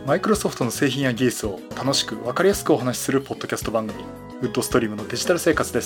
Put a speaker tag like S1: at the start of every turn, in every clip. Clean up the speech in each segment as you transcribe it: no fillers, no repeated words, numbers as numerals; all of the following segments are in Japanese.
S1: マイクロソフトの製品や技術を楽しく分かりやすくお話しするポッドキャスト番組、ウッドストリームのデジタル生活です。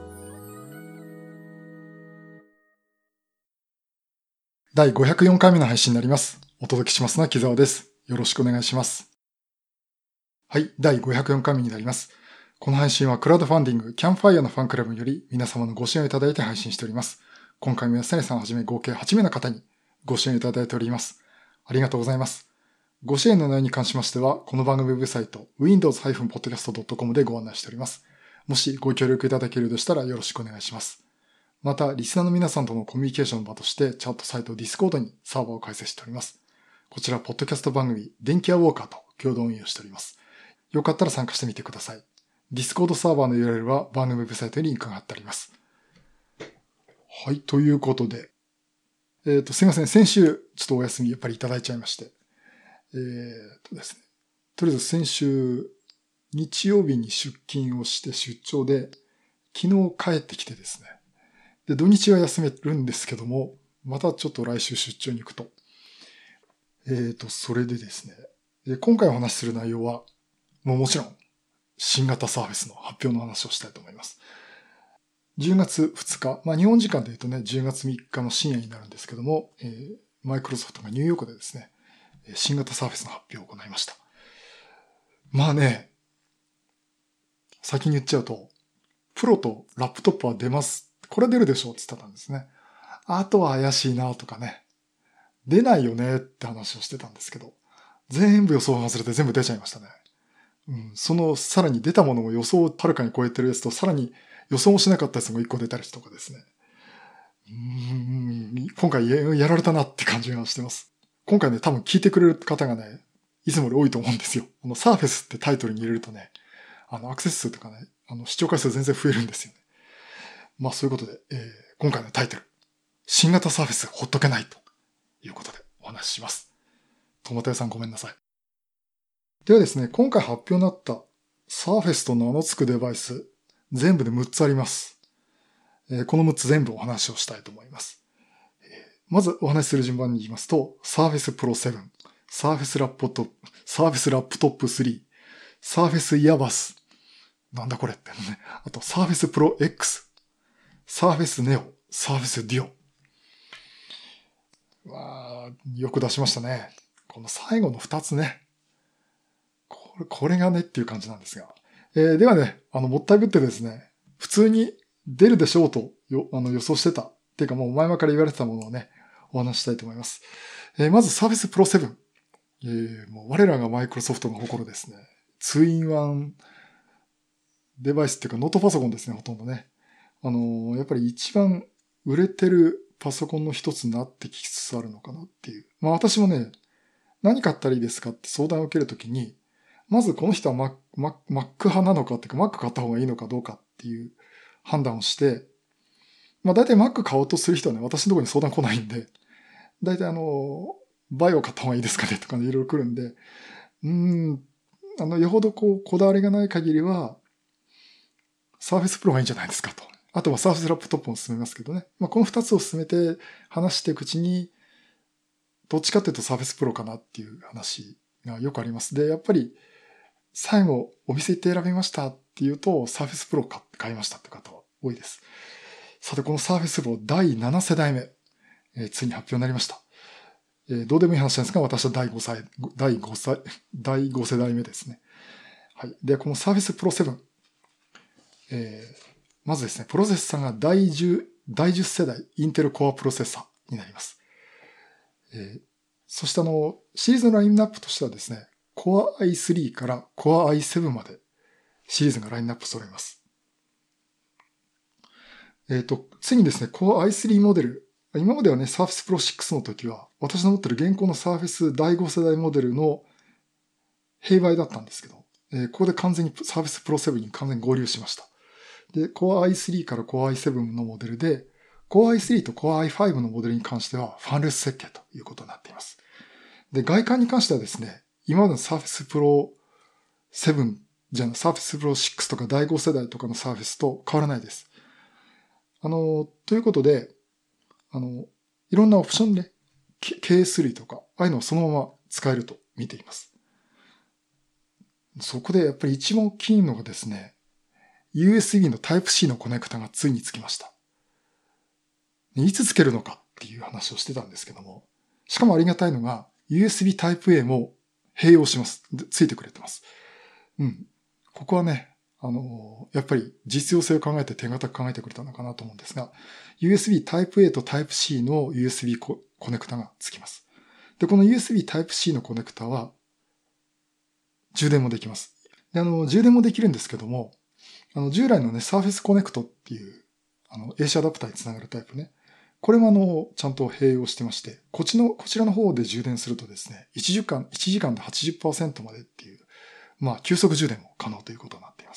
S1: 第504回目の配信になります。お届けしますのは木澤です。よろしくお願いします。はい、第504回目になります。この配信はクラウドファンディングキャンファイアのファンクラブにより皆様のご支援をいただいて配信しております。今回も安根さんをはじめ合計8名の方にご支援いただいております。ありがとうございます。ご支援の内容に関しましては、この番組ウェブサイト windows-podcast.com でご案内しております。もしご協力いただけるとしたらよろしくお願いします。また、リスナーの皆さんとのコミュニケーションの場として、チャットサイト Discord にサーバーを開設しております。こちら、ポッドキャスト番組、電気屋ウォーカーと共同運用しております。よかったら参加してみてください。Discord サーバーの URL は番組ウェブサイトにリンクが貼ってあります。はい、ということで、すいません、先週、ちょっとお休みやっぱりいただいちゃいまして、ですね。とりあえず先週、日曜日に出勤をして出張で、昨日帰ってきてですね。で、土日は休めるんですけども、またちょっと来週出張に行くと。それでですね。今回お話しする内容は、もちろん、新型サーフェスの発表の話をしたいと思います。10月2日、日本時間で言うとね、10月3日の深夜になるんですけども、マイクロソフトがニューヨークでですね、新型サーフェスの発表を行いました。先に言っちゃうと、プロとラップトップは出ます。これ出るでしょうって言ってたんですね。あとは怪しいなとかね。出ないよねって話をしてたんですけど、全部予想外れて全部出ちゃいましたね。さらに出たものも予想をはるかに超えてるやつと、さらに予想もしなかったやつも1個出たりとかですね。今回やられたなって感じがしてます。今回ね、多分聞いてくれる方がね、いつもより多いと思うんですよ。サーフェスってタイトルに入れるとね、アクセス数とかね、視聴回数全然増えるんですよね。そういうことで、今回のタイトル、新型サーフェスほっとけないということでお話しします。トマト屋さんごめんなさい。ではですね、今回発表になったサーフェスと名の付くデバイス、全部で6つあります。この6つ全部お話をしたいと思います。まずお話しする順番に言いますと、Surface Pro 7、Surface Laptop 3、Surface Earbus、なんだこれってね。あと Surface Pro X、Surface Neo、Surface Duo。よく出しましたね。この最後の2つね。これがねっていう感じなんですが。ではね、もったいぶってですね、普通に出るでしょうと予想してた。っていうかもう前々から言われてたものをね、お話ししたいと思います。まず Surface Pro 7。もう我らがマイクロソフトが誇るですね、2-in-1 デバイスっていうかノートパソコンですね、ほとんどね。やっぱり一番売れてるパソコンの一つになってきつつあるのかなっていう。私もね、何買ったらいいですかって相談を受けるときに、まずこの人は Mac 派なのかっていうか Mac 買った方がいいのかどうかっていう判断をして、大体 Mac 買おうとする人はね、私のところに相談来ないんで、大体バイオ買った方がいいですかねとかね、いろいろ来るんで、よほどこだわりがない限りは、Surface Pro がいいんじゃないですかと。あとは Surface Laptop も進めますけどね。この2つを進めて話していくうちに、どっちかっていうと Surface Pro かなっていう話がよくあります。で、やっぱり、最後、お店行って選びましたっていうと、Surface Pro 買いましたって方は多いです。さて、この Surface Pro 第7世代目、ついに発表になりました。どうでもいい話なんですが、私は第5世代目ですね。はい。で、この Surface Pro 7。まずですね、プロセッサーが第10世代インテルコアプロセッサーになります。そしてシリーズのラインナップとしてはですね、Core i3 から Core i7 までシリーズがラインナップ揃います。次にですね、Core i3 モデル。今まではね、Surface Pro 6の時は、私の持ってる現行の Surface 第5世代モデルの併売だったんですけど、ここで完全に Surface Pro 7に完全に合流しました。で、Core i3 から Core i7 のモデルで、Core i3 と Core i5 のモデルに関してはファンレス設計ということになっています。で、外観に関してはですね、今までの Surface Pro 7じゃない、Surface Pro 6とか第5世代とかの Surface と変わらないです。ということで、いろんなオプションで、K3 とか、ああいうのをそのまま使えると見ています。 そこでやっぱり一番大きいのがですね、USB の Type-C のコネクタがついにつきました。いつつけるのかっていう話をしてたんですけども、しかもありがたいのが USB Type-A も併用します。ついてくれてます。ここはね、やっぱり実用性を考えて手堅く考えてくれたのかなと思うんですが、USB Type-A と Type-C の USB コネクタがつきます。で、この USB Type-C のコネクタは充電もできます。で、充電もできるんですけども、従来のね、Surface Connect っていう、AC アダプターにつながるタイプね。これもちゃんと併用してまして、こちらの方で充電するとですね、1時間で 80% までっていう、急速充電も可能ということになっています。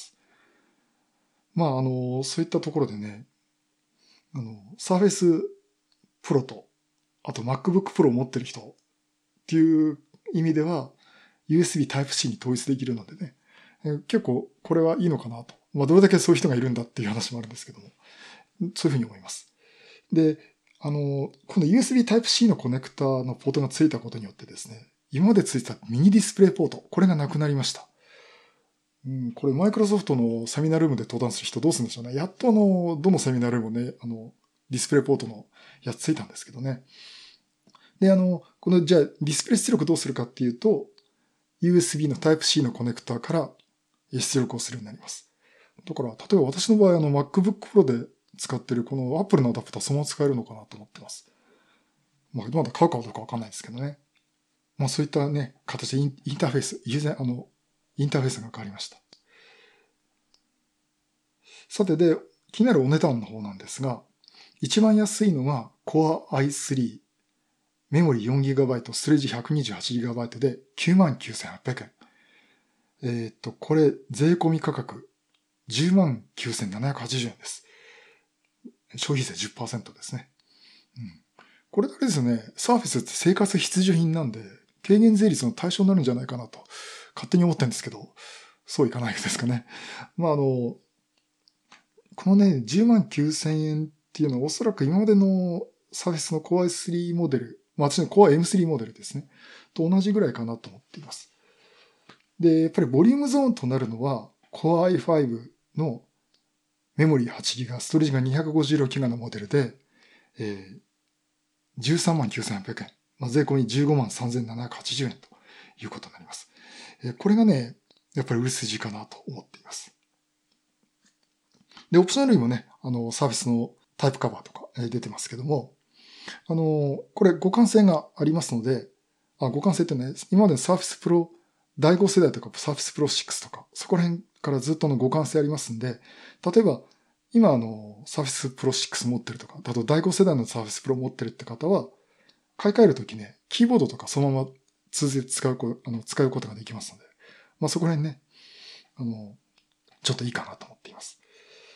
S1: そういったところでね、Surface Pro と、あと MacBook Pro を持ってる人っていう意味では、USB Type-C に統一できるのでね、結構これはいいのかなと。どれだけそういう人がいるんだっていう話もあるんですけども、そういうふうに思います。で、この USB Type-C のコネクタのポートがついたことによってですね、今までついてたミニディスプレイポート、これがなくなりました。これマイクロソフトのセミナールームで登壇する人どうするんでしょうね。やっとどのセミナールームもね、ディスプレイポートのやつついたんですけどね。で、じゃあディスプレイ出力どうするかっていうと、USB の Type-C のコネクタから出力をするようになります。だから、例えば私の場合、MacBook Pro で使ってるこの Apple のアダプターそのまま使えるのかなと思ってます。まだ買うかどうかわかんないですけどね。そういったね、形でインターフェース、インターフェースが変わりました。さてで、気になるお値段の方なんですが、一番安いのが Core i3、メモリ 4GB、ストレージ 128GB で 99,800 円。これ、税込み価格 109,780 円です。消費税 10% ですね。これだけですね、サーフェスって生活必需品なんで、軽減税率の対象になるんじゃないかなと、勝手に思ってるんですけど、そういかないですかね。このね、109,000 円っていうのはおそらく今までのサーフェスの Core i3 モデル、私の Core M3 モデルですね、と同じぐらいかなと思っています。で、やっぱりボリュームゾーンとなるのは Core i5 のメモリー 8GB、ストレージが 256GB のモデルで、139,800 円。税込み 153,780 円ということになります。これがね、やっぱり売り筋かなと思っています。で、オプショナルにもね、サービスのタイプカバーとか出てますけども、これ互換性がありますので、互換性ってね、今までのサーフィスプロ第5世代とかサーフィスプロ6とか、そこら辺からずっとの互換性ありますんで、例えば、今サーフィスプロ6持ってるとか、あと第5世代のサーフィスプロ持ってるって方は、買い替えるときね、キーボードとかそのまま続けて使うことができますので、そこら辺ね、ちょっといいかなと思っています。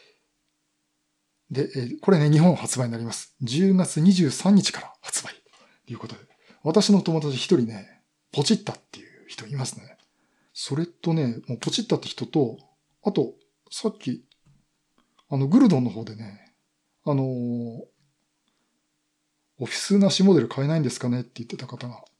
S1: で、これね、日本発売になります。10月23日から発売ということで、私の友達一人ね、ポチったっていう人いますね。それとね、もうポチったって人と、あと、さっき、グルドンの方でね、オフィスなしモデル買えないんですかねって言ってた方が、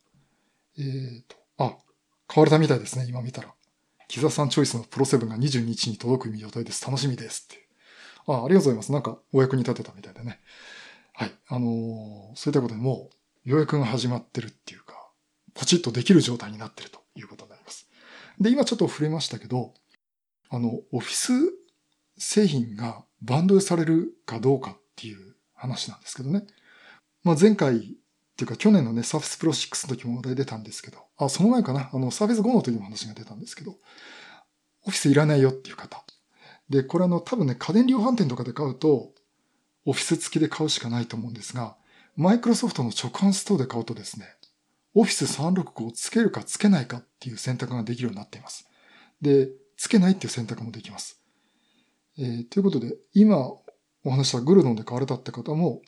S1: 買われたみたいですね、今見たら。木澤さんチョイスのプロ7が22日に届く予定です。楽しみですって。ありがとうございます。なんかお役に立てたみたいでね。はい。そういったことでもう予約が始まってるっていうか、ポチッとできる状態になってるということになります。で、今ちょっと触れましたけど、オフィス製品がバンドルされるかどうかっていう話なんですけどね。前回っていうか去年のね、Surface Pro 6の時も話題出たんですけど、その前かな、Surface 5の時も話が出たんですけど、オフィスいらないよっていう方。で、これ多分ね、家電量販店とかで買うと、オフィス付きで買うしかないと思うんですが、マイクロソフトの直販ストアで買うとですね、オフィス365を付けるか付けないかっていう選択ができるようになっています。で、付けないっていう選択もできます。ということで、今お話したグルドンで買われたって方も、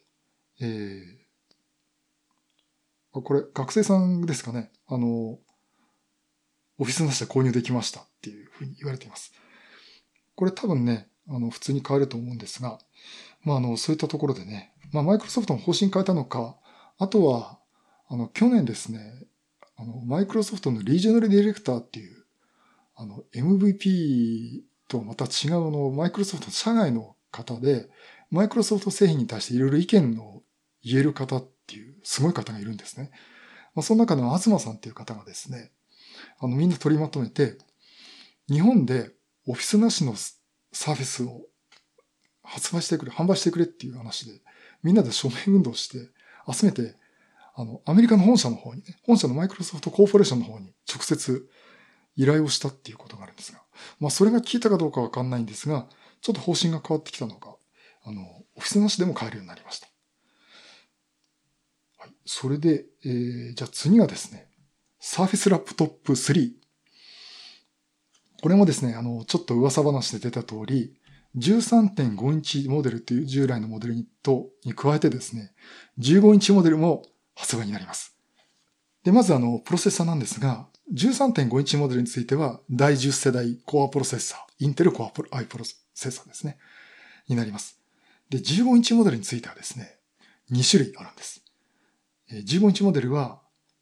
S1: これ学生さんですかね、オフィスなしで購入できましたっていうふうに言われています。これ多分ね、普通に買えると思うんですが、そういったところでね、マイクロソフトの方針変えたのか、あとは、去年ですね、マイクロソフトのリージョナルディレクターっていう、 MVP とはまた違うマイクロソフトの社外の方で、マイクロソフト製品に対していろいろ意見を言える方っていう、すごい方がいるんですね。その中の東さんっていう方がですね、みんな取りまとめて、日本でオフィスなしのサーフェスを発売してくれ、販売してくれっていう話で、みんなで署名運動して集めて、アメリカの本社の方にね、本社のマイクロソフトコーポレーションの方に直接依頼をしたっていうことがあるんですが、それが効いたかどうかわかんないんですが、ちょっと方針が変わってきたのが、オフィスなしでも買えるようになりました。はい。それで、じゃあ次がですね、Surface Laptop 3。これもですね、ちょっと噂話で出た通り、13.5 インチモデルという従来のモデルに加えてですね、15インチモデルも発売になります。で、まずプロセッサーなんですが、13.5 インチモデルについては、第10世代コアプロセッサー、インテルコア i プロセッサーですね、になります。で、15インチモデルについてはですね、2種類あるんです。15インチモデルは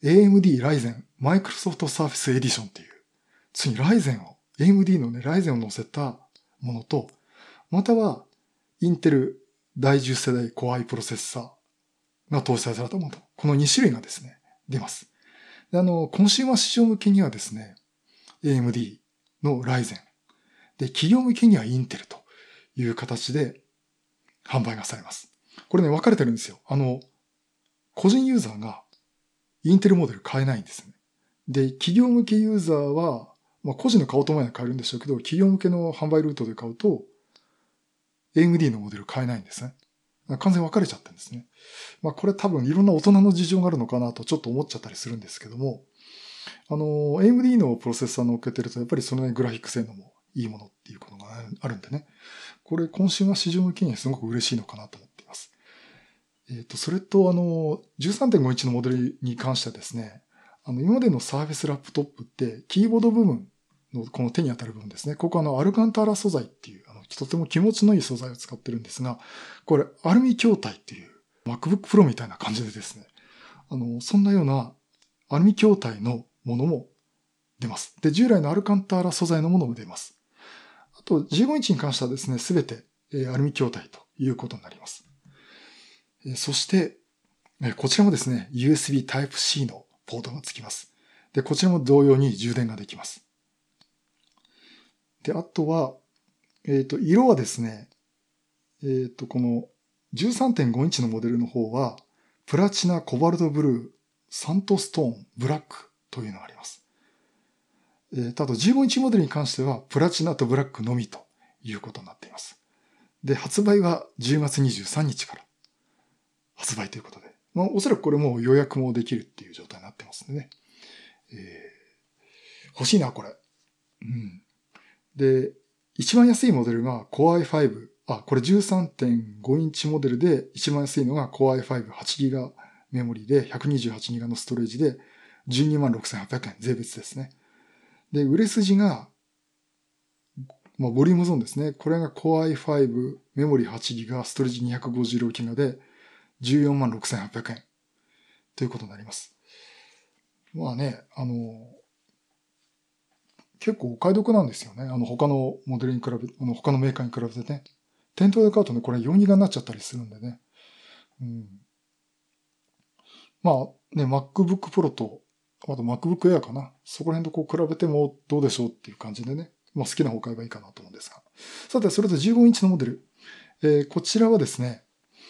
S1: AMD Ryzen Microsoft Surface Edition っていう、ついに Ryzen を、AMD のね、Ryzen を乗せたものと、または、インテル第10世代 Core i プロセッサーが搭載されたものと、この2種類がですね、出ます。でコンシューマー市場向けにはですね、AMD の Ryzen。で、企業向けにはインテルという形で販売がされます。これね、分かれてるんですよ。個人ユーザーがインテルモデル買えないんですね。で、企業向けユーザーは、個人の買おうと思えば買えるんでしょうけど、企業向けの販売ルートで買うと、AMD のモデル買えないんですね。完全に分かれちゃってるんですね。これ多分いろんな大人の事情があるのかなとちょっと思っちゃったりするんですけども、AMD のプロセッサーのっけてると、やっぱりそのね、グラフィック性能もいいものっていうことがあるんでね。これ、今週は市場向けにはすごく嬉しいのかなと思っています。それと、13.5 インチのモデルに関してはですね、今までのサーフェスラップトップって、キーボード部分のこの手に当たる部分ですね。ここアルカンターラ素材っていう、とても気持ちのいい素材を使ってるんですが、これ、アルミ筐体っていう、MacBook Pro みたいな感じでですね、そんなようなアルミ筐体のものも出ます。で、従来のアルカンターラ素材のものも出ます。あと、15インチに関してはですね、すべてアルミ筐体ということになります。そして、こちらもですね、USB Type-C のポートがつきます。で、こちらも同様に充電ができます。で、あとは、色はですね、この 13.5 インチのモデルの方は、プラチナ、コバルトブルー、サントストーン、ブラックというのがあります。あと15インチモデルに関しては、プラチナとブラックのみということになっています。で、発売は10月23日から発売ということで、おそらくこれもう予約もできるっていう状態になってますんでね。欲しいな、これ。うん。で、一番安いモデルが Core i5。これ 13.5 インチモデルで一番安いのが Core i5-8GB メモリで 128GB のストレージで 126,800 円。税別ですね。で、売れ筋が、ボリュームゾーンですね。これが Core i5 メモリ 8GB ストレージ 256GB で 146,800 円。ということになります。結構お買い得なんですよね。他のモデルに比べ、他のメーカーに比べてね。店頭で買うとね、これ4ギガになっちゃったりするんでね。うん。MacBook Pro と、あと MacBook Air かな。そこら辺と比べてもどうでしょうっていう感じでね。好きな方買えばいいかなと思うんですが。さて、それと15インチのモデル。こちらはですね、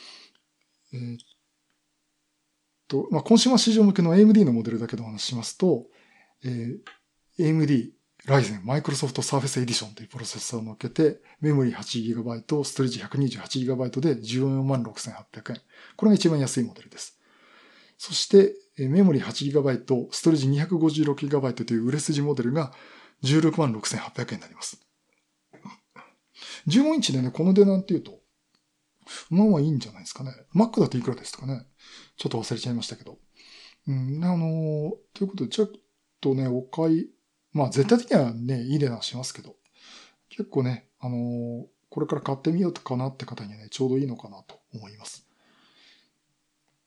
S1: コンシューマー市場向けの AMD のモデルだけでお話ししますと、AMD Ryzen Microsoft Surface Edition というプロセッサーを乗っけて、メモリ 8GB、ストレージ 128GB で 146,800 円。これが一番安いモデルです。そして、メモリ 8GB、ストレージ 256GB という売れ筋モデルが 166,800 円になります。15インチでね、この値段っていうと、いいんじゃないですかね。Mac だといくらですかね。ちょっと忘れちゃいましたけど。ということで、ちょっとね、絶対的にはね、いい値段しますけど、結構ね、これから買ってみようかなって方にはね、ちょうどいいのかなと思います。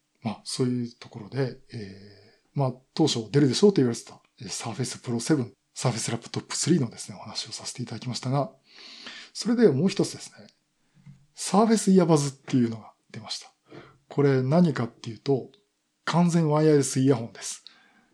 S1: そういうところで、当初出るでしょうと言われてた、Surface Pro 7 Surface Laptop 3のですね、お話をさせていただきましたが、それでもう一つですね、Surface Earbuds っていうのが出ました。これ何かっていうと、完全ワイヤレスイヤホンです。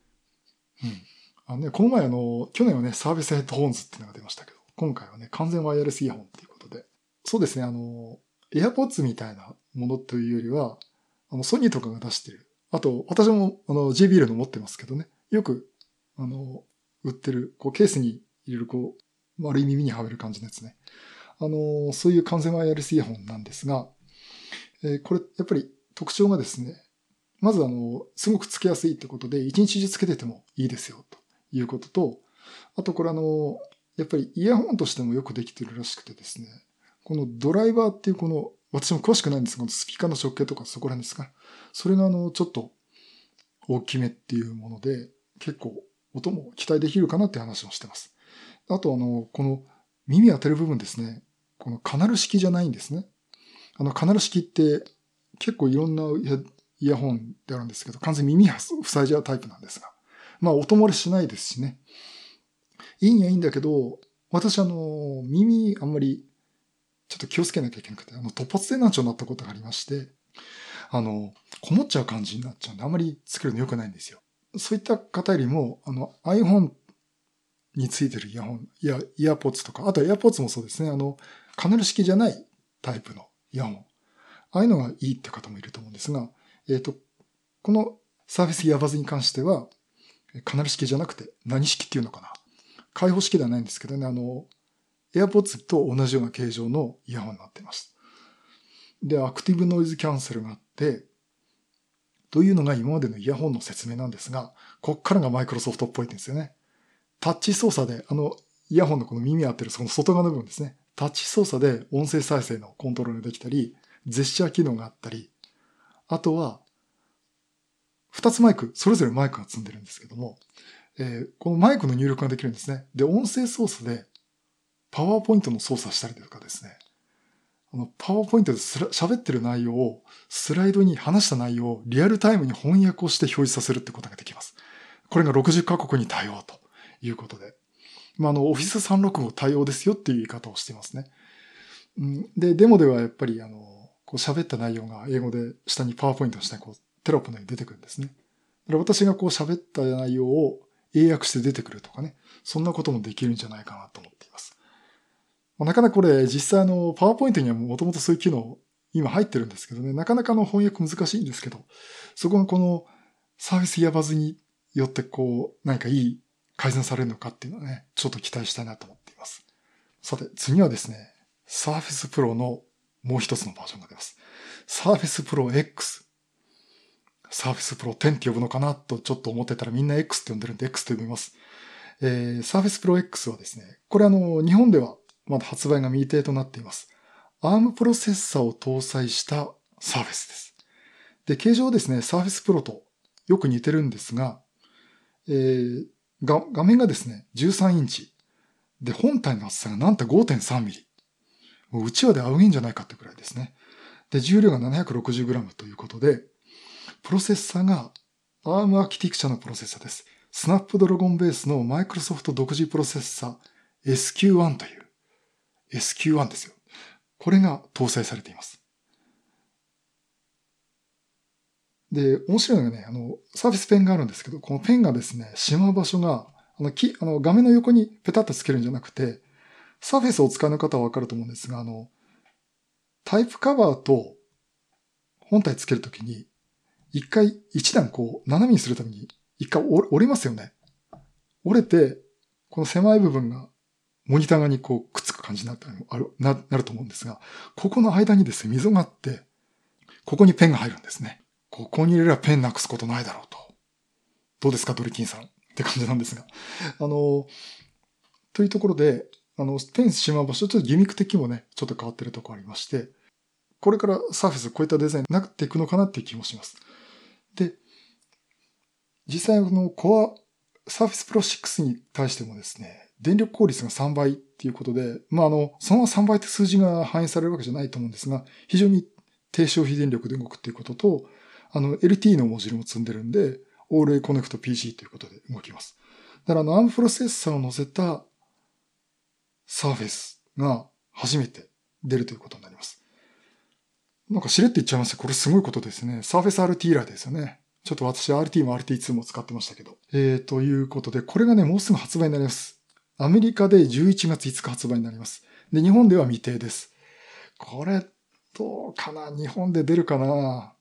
S1: この前去年はね、Surface Headphones っていうのが出ましたけど、今回はね、完全ワイヤレスイヤホンっていうことで、そうですね、AirPods みたいなものというよりは、ソニーとかが出してる。あと、私も、JBL の持ってますけどね、よく、売ってる、ケースに入れる、丸い耳にはめる感じのやつね。そういう完全ワイヤレスイヤホンなんですが、これ、やっぱり特徴がですね、まずすごくつけやすいってことで、一日中つけててもいいですよ、ということと、あとこれやっぱりイヤホンとしてもよくできてるらしくてですね、このドライバーっていう私も詳しくないんですが、スピーカーの直径とかそこら辺ですか。それがちょっと大きめっていうもので、結構音も期待できるかなって話をしてます。あとこの耳当てる部分ですね、このカナル式じゃないんですね。カナル式って結構いろんなイヤホンであるんですけど、完全に耳塞いじゃうタイプなんですが。まあ音漏れしないですしね。いいにはいいんだけど、私耳あんまりちょっと気をつけなきゃいけなくて、突発性難聴になったことがありまして、こもっちゃう感じになっちゃうんで、あんまりつけるの良くないんですよ。そういった方よりも、iPhone についてるイヤホン、イヤーポッツとか、あと AirPods もそうですね、カナル式じゃないタイプのイヤホン。ああいうのがいいって方もいると思うんですが、このサーフェスイヤーバズに関しては、カナル式じゃなくて何式っていうのかな。開放式ではないんですけどね、AirPods と同じような形状のイヤホンになっています。で、アクティブノイズキャンセルがあって、というのが今までのイヤホンの説明なんですが、こっからがマイクロソフトっぽいんですよね。タッチ操作で、イヤホンのこの耳当てるその外側の部分ですね。タッチ操作で音声再生のコントロールができたり、ジェスチャー機能があったり、あとは、2つマイク、それぞれマイクが積んでるんですけども、このマイクの入力ができるんですね。で、音声操作で、パワーポイントの操作したりとかですね。パワーポイントで喋ってる内容を、スライドに話した内容をリアルタイムに翻訳をして表示させるってことができます。これが60カ国に対応ということで。オフィス365対応ですよっていう言い方をしていますね。で、デモではやっぱり喋った内容が英語で下にパワーポイントの下にテロップのように出てくるんですね。私が喋った内容を英訳して出てくるとかね、そんなこともできるんじゃないかなと思っています。なかなかこれ実際パワーポイントにはもともとそういう機能今入ってるんですけどね、なかなか翻訳難しいんですけど、そこがこのサーフェスイヤーバズによって何かいい改善されるのかっていうのはね、ちょっと期待したいなと思っています。さて、次はですね、Surface Pro のもう一つのバージョンが出ます。Surface Pro X。Surface Pro 10って呼ぶのかなとちょっと思ってたらみんな X って呼んでるんで X と呼びます。Surface Pro X はですね、これ日本ではまだ発売が未定となっています。ARM プロセッサーを搭載した Surface です。で、形状はですね、Surface Pro とよく似てるんですが、画面がですね、13インチ。で、本体の厚さがなんと 5.3 ミリ。もううちわで合うんじゃないかってくらいですね。で、重量が 760g ということで、プロセッサーが ARM アーキテクチャのプロセッサーです。スナップドラゴンベースのマイクロソフト独自プロセッサー SQ1 という SQ1 ですよ。これが搭載されています。で、面白いのがね、サーフェスペンがあるんですけど、このペンがですね、しまう場所が、画面の横にペタッとつけるんじゃなくて、サーフェスをお使いの方はわかると思うんですが、タイプカバーと本体つけるときに、一段斜めにするために、一回折れますよね。折れて、この狭い部分がモニター側にくっつく感じになると思うんですが、ここの間にですね、溝があって、ここにペンが入るんですね。ここに入れればペンなくすことないだろうと。どうですか、ドリキンさんって感じなんですが。というところで、ペンしまう場所、ちょっとギミック的にもね、ちょっと変わってるところありまして、これからサーフェスこういったデザインになっていくのかなっていう気もします。で、実際コアサーフェスプロ6に対してもですね、電力効率が3倍っていうことで、そのまま3倍って数字が反映されるわけじゃないと思うんですが、非常に低消費電力で動くっていうことと、LTE のモジュールも積んでるんで、オール Connect PC ということで動きます。 だからARM プロセッサーを乗せた Surface が初めて出るということになります。なんかしれって言っちゃいました。これすごいことですね。Surface RT 以来ですよね。ちょっと私 RT も RT2 も使ってましたけど。ということで、これがね、もうすぐ発売になります。アメリカで11月5日発売になります。で、日本では未定です。これ、どうかな？日本で出るかな？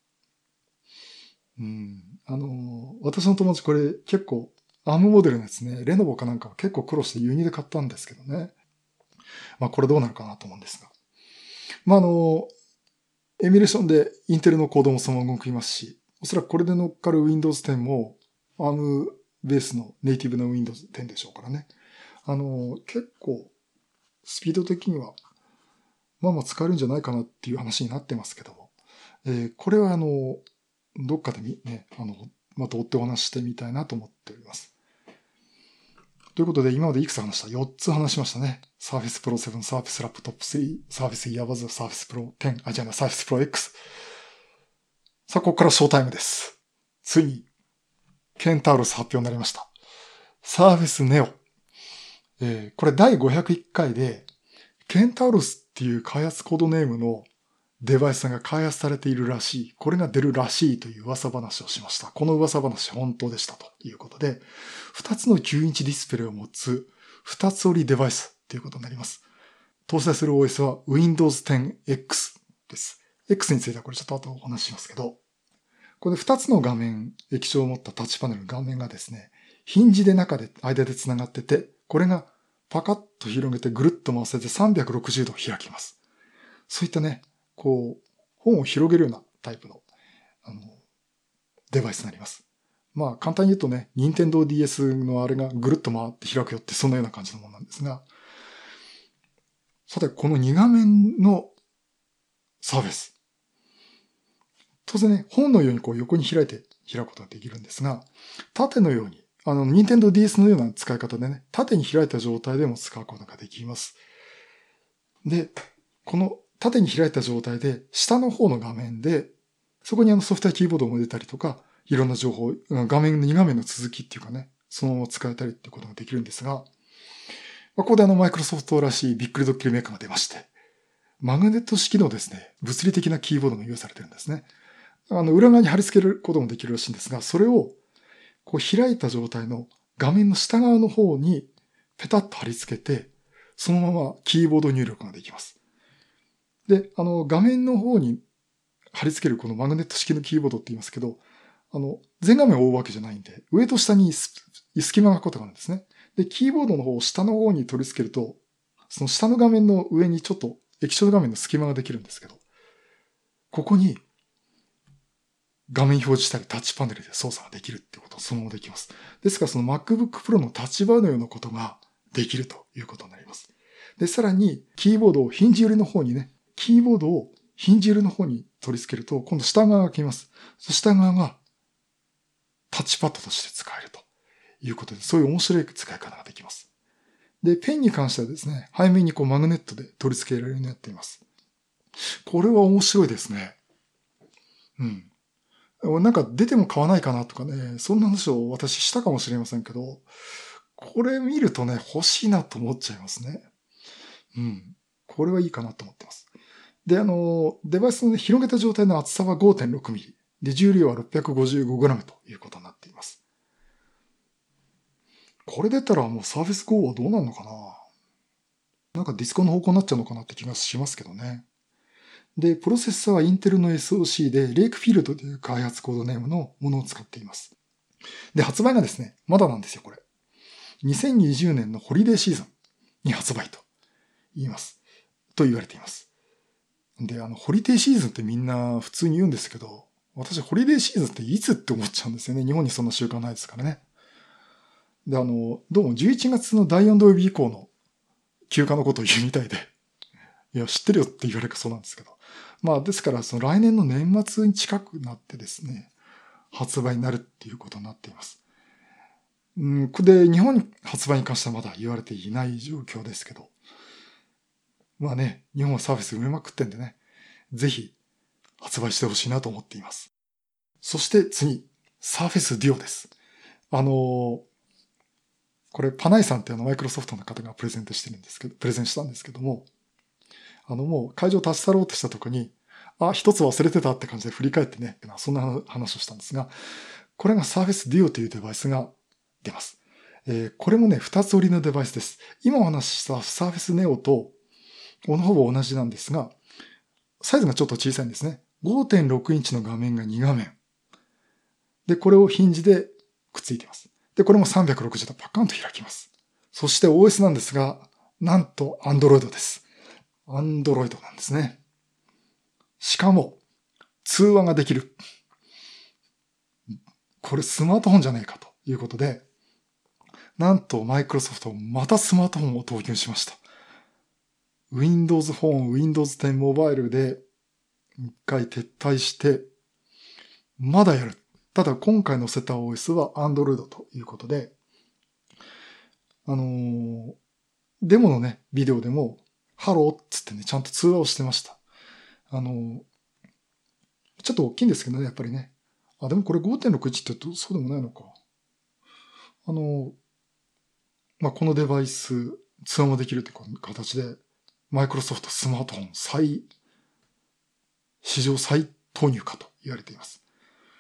S1: 私の友達これ結構、アームモデルのやつね、レノボかなんかは結構苦労して輸入で買ったんですけどね。まあこれどうなるかなと思うんですが。まあエミュレーションでインテルのコードもそのまま動きますし、おそらくこれで乗っかる Windows 10も ARM ベースのネイティブな Windows 10でしょうからね。結構スピード的にはまあまあ使えるんじゃないかなっていう話になってますけども。これはどっかでね、また追ってお話してみたいなと思っております。ということで、今までいくつ話した ?4 つ話しましたね。Surface Pro 7、Surface Laptop 3、Surface Earbuds、Surface Pro 10、Surface Pro X。さあ、ここからショータイムです。ついに、ケンタウロス発表になりました。Surface Neo。これ第501回で、ケンタウロスっていう開発コードネームのデバイスが開発されているらしい。これが出るらしいという噂話をしました。この噂話本当でしたということで、2つの9インチディスプレイを持つ2つ折りデバイスということになります。搭載する OS は Windows 10X です。X についてはこれちょっと後お話ししますけど、これ2つの画面、液晶を持ったタッチパネルの画面がですね、ヒンジで間で繋がってて、これがパカッと広げてぐるっと回せて360度開きます。そういったね、本を広げるようなタイプの、デバイスになります。まあ、簡単に言うとね、任天堂 DS のあれがぐるっと回って開くよってそんなような感じのものなんですが、さて、この2画面のサーフェス。当然ね、本のように横に開いて開くことができるんですが、縦のように、任天堂 DS のような使い方でね、縦に開いた状態でも使うことができます。で、この縦に開いた状態で、下の方の画面で、そこにソフトウェアキーボードも出たりとか、いろんな情報、画面2画面の続きっていうかね、そのまま使えたりっていうことができるんですが、ここでマイクロソフトらしいびっくりドッキリメーカーが出まして、マグネット式のですね、物理的なキーボードが用意されてるんですね。裏側に貼り付けることもできるらしいんですが、それを開いた状態の画面の下側の方にペタッと貼り付けて、そのままキーボード入力ができます。で、画面の方に貼り付けるこのマグネット式のキーボードって言いますけど、全画面を覆うわけじゃないんで、上と下に隙間が空くことがあるんですね。で、キーボードの方を下の方に取り付けると、その下の画面の上にちょっと液晶画面の隙間ができるんですけど、ここに画面表示したりタッチパネルで操作ができるってことをそのままできます。ですからその MacBook Pro のタッチバーのようなことができるということになります。で、さらにキーボードをヒンジ寄りの方にね、キーボードをヒンジ寄りの方に取り付けると、今度下側が来ます。下側がタッチパッドとして使えるということで、そういう面白い使い方ができます。で、ペンに関してはですね、背面にマグネットで取り付けられるようになっています。これは面白いですね。なんか出ても買わないかなとかね、そんな話を私したかもしれませんけど、これ見るとね、欲しいなと思っちゃいますね。これはいいかなと思ってます。で、デバイスの広げた状態の厚さは 5.6mm。で、重量は 655g ということになっています。これ出たらもう Surface Go はどうなるのかな？なんかディスコの方向になっちゃうのかなって気がしますけどね。で、プロセッサーはインテルの SoC で、レイクフィールドという開発コードネームのものを使っています。で、発売がですね、まだなんですよ、これ。2020年のホリデーシーズンに発売と言います。と言われています。で、ホリデーシーズンってみんな普通に言うんですけど、私、ホリデーシーズンっていつって思っちゃうんですよね。日本にそんな習慣ないですからね。で、どうも11月の第4土曜日以降の休暇のことを言うみたいで、いや、知ってるよって言われるかそうなんですけど。まあ、ですから、その来年の年末に近くなってですね、発売になるっていうことになっています。で、日本発売に関してはまだ言われていない状況ですけど。まあね、日本はサービス埋めまくってんでね、ぜひ発売してほしいなと思っています。そして次、Surface Duo です。 これパナイさんってマイクロソフトの方がプレゼンしたんですけども、もう会場立ち去ろうとしたとこに、一つ忘れてたって感じで振り返ってね、そんな話をしたんですが、これが Surface Duo というデバイスが出ます。これもね、二つ折りのデバイスです。今お話しした Surface Neo とほぼ同じなんですが、サイズがちょっと小さいんですね。5.6 インチの画面が2画面。で、これをヒンジでくっついています。で、これも360度パカンと開きます。そして OS なんですが、なんと Android です。Android なんですね。しかも、通話ができる。これスマートフォンじゃねえかということで、なんとマイクロソフトまたスマートフォンを投入しました。Windows Phone、Windows 10モバイルで一回撤退して、まだやる。ただ今回載せた OS は Android ということで、デモのね、ビデオでも、ハローっつってね、ちゃんと通話をしてました。ちょっと大きいんですけどね、やっぱりね。でもこれ 5.61 ってそうでもないのか。このデバイス、通話もできるという形で、マイクロソフトスマートフォン史上最投入かと言われています。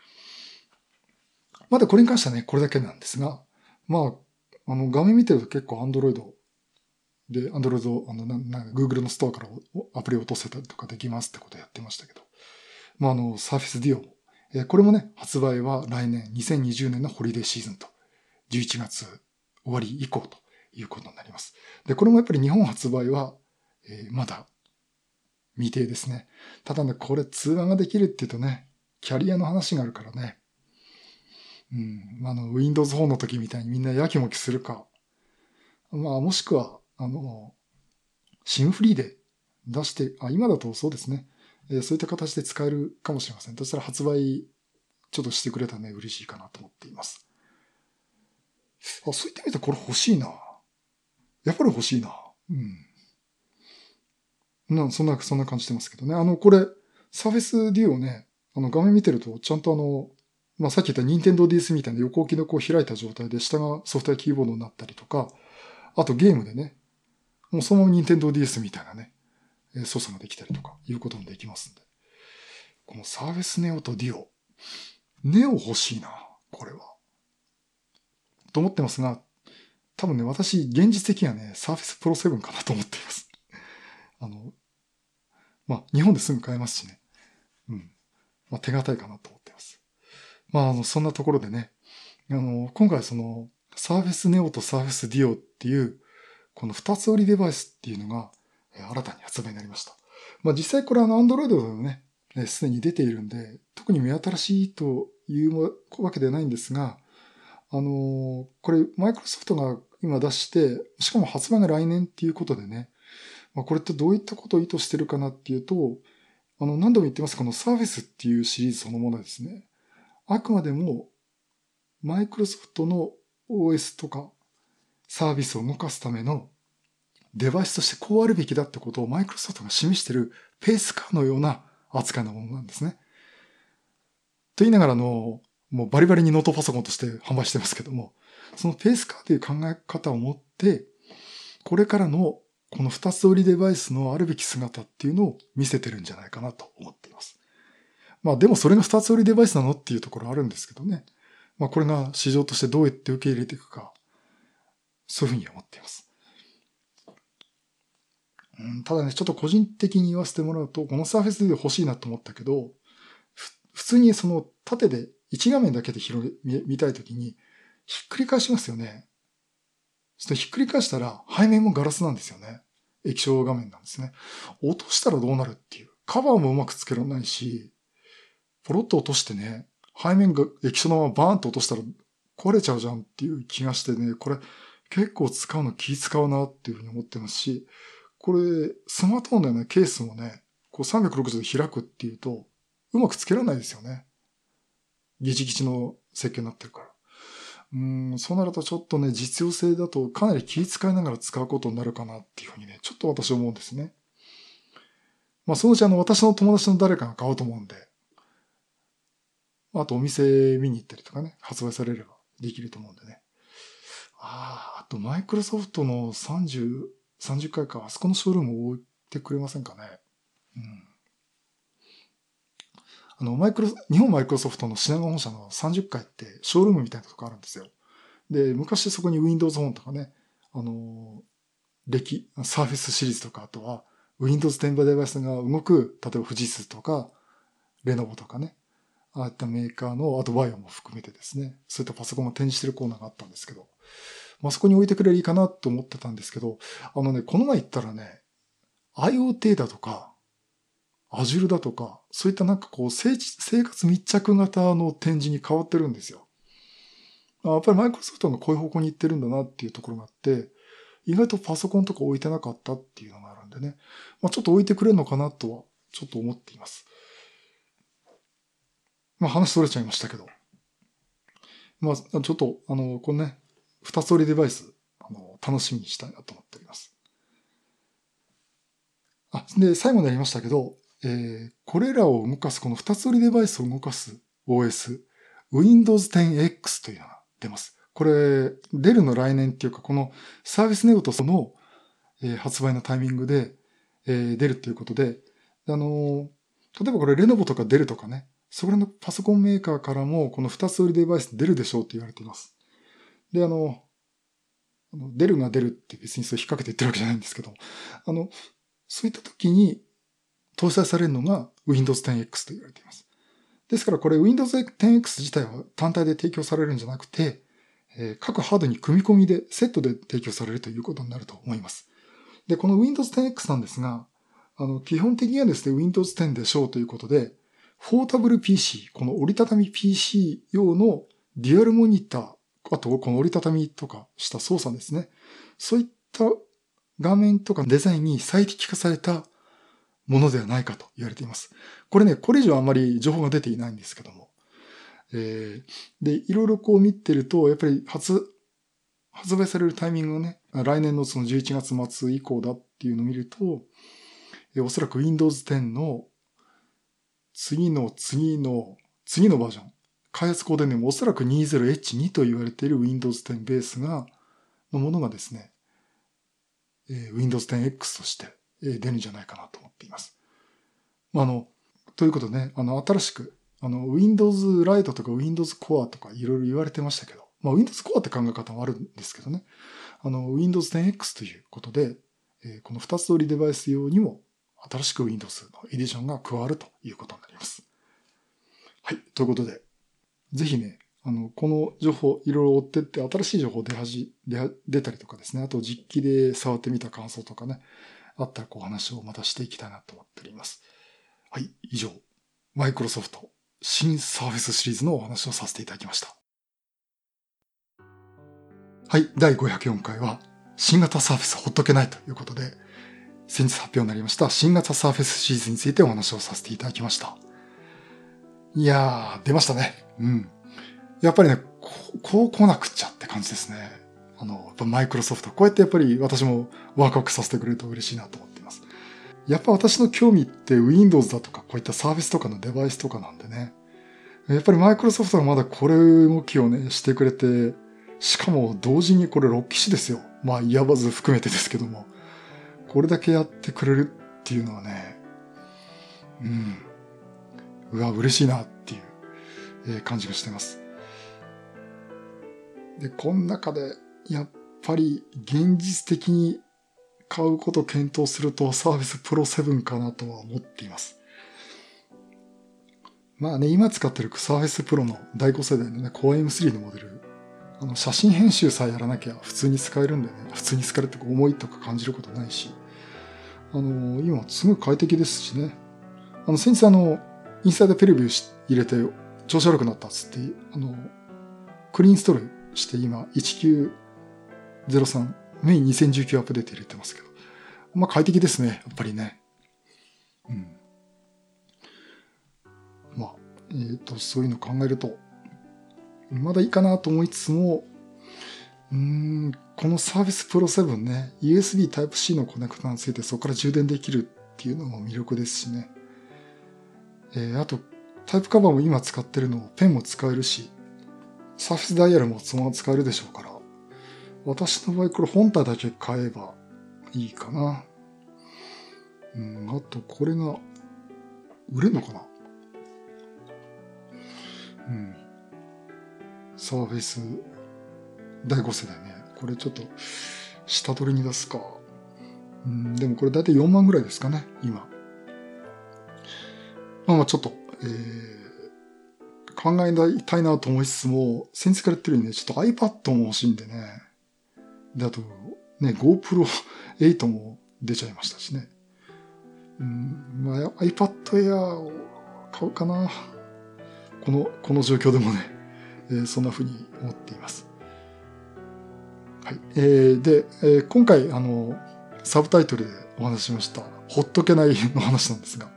S1: まだこれに関してはね、これだけなんですが、画面見てると結構 Android で、Android、Google のストアからアプリを落とせたりとかできますってことをやってましたけど。Surface Duo も、これもね、発売は来年、2020年のホリデーシーズンと、11月終わり以降ということになります。で、これもやっぱり日本発売は、まだ未定ですね。ただね、これ通話ができるって言うとね、キャリアの話があるからね。Windows Phone の時みたいにみんなやきもきするか。もしくは、SIM フリーで出して、今だとそうですね。そういった形で使えるかもしれません。そしたら発売ちょっとしてくれたらね、嬉しいかなと思っています。そう言ってみたらこれ欲しいな。やっぱり欲しいな。そんな感じしてますけどね。これ、Surface Duo ね、画面見てると、ちゃんとさっき言った Nintendo DS みたいな横置きの開いた状態で、下がソフトウェアキーボードになったりとか、あとゲームでね、もうそのまま Nintendo DS みたいなね、操作ができたりとか、いうこともできますんで。この Surface Neo と Duo。Neo 欲しいな、これは。と思ってますが、多分ね、私、現実的にはね、Surface Pro 7かなと思っています。日本ですぐ買えますしね。手堅いかなと思っています。そんなところでね、今回Surface Neo と Surface Duo っていう、この二つ折りデバイスっていうのが、新たに発売になりました。実際これAndroid でもね、すでに出ているんで、特に目新しいというわけではないんですが、これ、マイクロソフトが今出して、しかも発売が来年っていうことでね、これってどういったことを意図してるかなっていうと、何度も言ってます、この Surface っていうシリーズそのものですね。あくまでも、マイクロソフトの OS とかサービスを動かすためのデバイスとしてこうあるべきだってことをマイクロソフトが示しているペースカーのような扱いのものなんですね。と言いながらもうバリバリにノートパソコンとして販売してますけども、そのペースカーという考え方を持って、これからのこの二つ折りデバイスのあるべき姿っていうのを見せてるんじゃないかなと思っています。でもそれが二つ折りデバイスなのっていうところあるんですけどね。これが市場としてどうやって受け入れていくか、そういうふうに思っています。ただね、ちょっと個人的に言わせてもらうと、このサーフェスで欲しいなと思ったけど、普通に縦で1画面だけで見たいときに、ひっくり返しますよね。ちょっとひっくり返したら背面もガラスなんですよね。液晶画面なんですね。落としたらどうなるっていう。カバーもうまくつけられないし、ポロッと落としてね、背面が液晶のままバーンと落としたら壊れちゃうじゃんっていう気がしてね、これ結構使うの気使うなっていうふうに思ってますし、これスマートフォンのようなケースもね、360度開くっていうと、うまくつけられないですよね。ギチギチの設計になってるから。そうなるとちょっとね、実用性だとかなり気遣いながら使うことになるかなっていうふうにね、ちょっと私は思うんですね。そのうち私の友達の誰かが買うと思うんで、あとお店見に行ったりとかね、発売されればできると思うんでね。あとマイクロソフトの30回か、あそこのショールームを置いてくれませんかね。日本マイクロソフトの品川本社の30階ってショールームみたいなとこあるんですよ。で、昔そこに Windows Phone とかね、サーフェスシリーズとか、あとは Windows 10デバイスが動く、例えば富士通とか、レノボとかね、ああいったメーカーの、あとワイヤも含めてですね、そういったパソコンを展示してるコーナーがあったんですけど、そこに置いてくれるいいかなと思ってたんですけど、この前行ったらね、IoT だとか、Azure だとか、そういった生活密着型の展示に変わってるんですよ。やっぱりマイクロソフトがこういう方向に行ってるんだなっていうところがあって、意外とパソコンとか置いてなかったっていうのがあるんでね、ちょっと置いてくれるのかなとは、ちょっと思っています。話それちゃいましたけど。ちょっと、このね、二つ折りデバイス、楽しみにしたいなと思っております。で、最後になりましたけど、これらを動かす、この二つ折りデバイスを動かす OS、Windows 10X というのが出ます。これ、出るの来年っていうか、このサービスネオとその、発売のタイミングで、出るっていうことで、例えばこれレノボとかデルとかね、そこらのパソコンメーカーからもこの二つ折りデバイス出るでしょうって言われています。で、出るが出るって別にそう引っ掛けて言ってるわけじゃないんですけど、そういった時に搭載されるのが Windows 10X と言われています。ですからこれ Windows 10X 自体は単体で提供されるんじゃなくて、各ハードに組み込みでセットで提供されるということになると思います。で、この Windows 10X なんですが、基本的にはですね、Windows 10でしょうということで、ポータブル PC、この折りたたみ PC 用のデュアルモニター、あとこの折りたたみとかした操作ですね。そういった画面とかデザインに最適化されたものではないかと言われています。これね、これ以上あんまり情報が出ていないんですけども。で、いろいろこう見てると、やっぱり発売されるタイミングがね、来年のその11月末以降だっていうのを見ると、おそらく Windows 10の次のバージョン、開発コードネームおそらく 20H2 と言われている Windows 10ベースのものがですね、Windows 10X として出るんじゃないかなと思っています。ということでね、新しく、Windows Lite とか Windows Core とかいろいろ言われてましたけど、Windows Core って考え方もあるんですけどね、Windows 10X ということで、この二つ折りデバイス用にも新しく Windows のエディションが加わるということになります。はい。ということで、ぜひね、この情報いろいろ追ってって新しい情報出たりとかですね、あと実機で触ってみた感想とかね、あったらお話をまたしていきたいなと思っております。はい。以上、マイクロソフト新サーフェスシリーズのお話をさせていただきました。はい。第504回は新型サーフェスほっとけないということで、先日発表になりました新型サーフェスシリーズについてお話をさせていただきました。いやー、出ましたね。うん。やっぱりね、こう来なくっちゃって感じですね。やっぱマイクロソフト、こうやってやっぱり私もワクワクさせてくれると嬉しいなと思っています。やっぱ私の興味って Windows だとかこういったサービスとかのデバイスとかなんでね。やっぱりマイクロソフトがまだこれ動きをね、してくれて、しかも同時にこれ6機種ですよ。イヤバズ含めてですけども。これだけやってくれるっていうのはね、嬉しいなっていう感じがしてます。で、この中で、やっぱり現実的に買うことを検討するとサービスプロ7かなとは思っています。今使ってるサーフェスプロの第5世代のね、Core M3 のモデル、写真編集さえやらなきゃ普通に使えるんでね、普通に使えるって重いとか感じることないし、今すごい快適ですしね。先日インサイドプレビュー入れて調子悪くなったっつって、クリーンインストールして今1903メイン2019アップデート入れてますけど。快適ですね、やっぱりね。そういうの考えると、まだいいかなと思いつつも、このサービスプロ7ね、USB Type-C のコネクタについてそこから充電できるっていうのも魅力ですしね。あと、タイプカバーも今使ってるのペンも使えるし、サーフェスダイヤルもそのまま使えるでしょうから、 私の場合これ本体だけ買えばいいかな。あとこれが売れるのかな。サーフェイス第5世代ね。これちょっと下取りに出すか。でもこれだいたい4万ぐらいですかね、今。まあちょっと、考えたいなと思いつつも、先生から言ってるようにね、ちょっと iPad も欲しいんでね。で、あと、ね、GoPro 8も出ちゃいましたしね。まあ iPad Air を買うかな。この状況でもね、そんな風に思っています。はい。で、今回、サブタイトルでお話ししました、ほっとけないの話なんですが、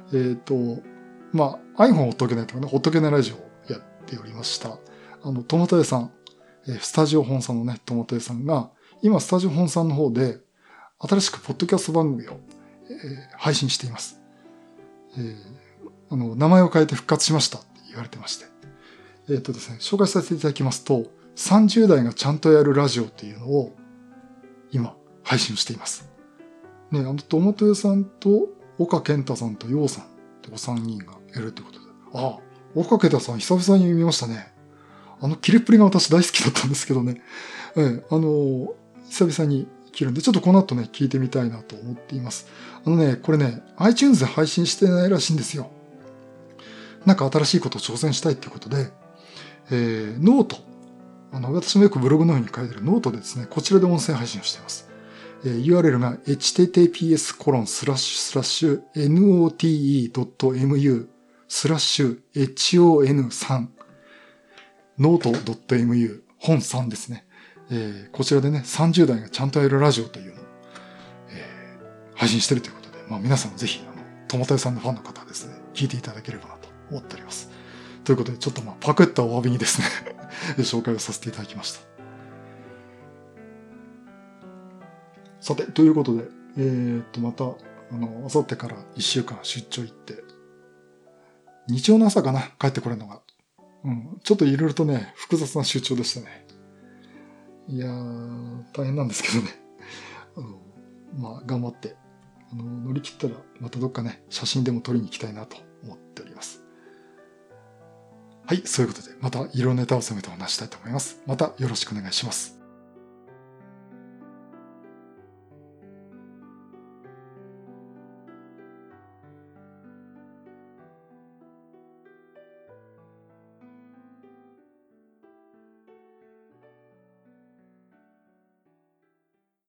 S1: まあ、iPhone ほっとけないとかね、ほっとけないラジオをやっておりました。トマト屋さん、スタジオ本さんのね、トマト屋さんが、今、スタジオ本さんの方で、新しくポッドキャスト番組を、配信しています。名前を変えて復活しましたって言われてまして。ですね、紹介させていただきますと、30代がちゃんとやるラジオっていうのを、今、配信しています。ね、トマト屋さんと、岡健太さんと陽さんってお3人がやるってことで。ああ、岡健太さん久々に見ましたね。切れっぷりが私大好きだったんですけどね。久々に聞けるんで、ちょっとこの後ね、聞いてみたいなと思っています。これね、iTunes で配信してないらしいんですよ。なんか新しいことを挑戦したいっていうことで、ノート。私もよくブログの方に書いてるノートでですね、こちらで音声配信をしています。URL が https://note.mu/hon3 note.mu 本3ですね。こちらでね、30代がちゃんとやるラジオというのを、配信しているということで、まあ皆さんぜひ、トマト屋さんのファンの方はですね、聞いていただければなと思っております。ということで、ちょっとパクったお詫びにですね、紹介をさせていただきました。さて、ということで、また、あさってから1週間出張行って、日曜の朝かな、帰ってこれるのが。ちょっといろいろとね、複雑な出張でしたね。いやー、大変なんですけどね。頑張って、乗り切ったら、またどっかね、写真でも撮りに行きたいなと思っております。はい、そういうことで、また色ネタを攻めてお話したいと思います。またよろしくお願いします。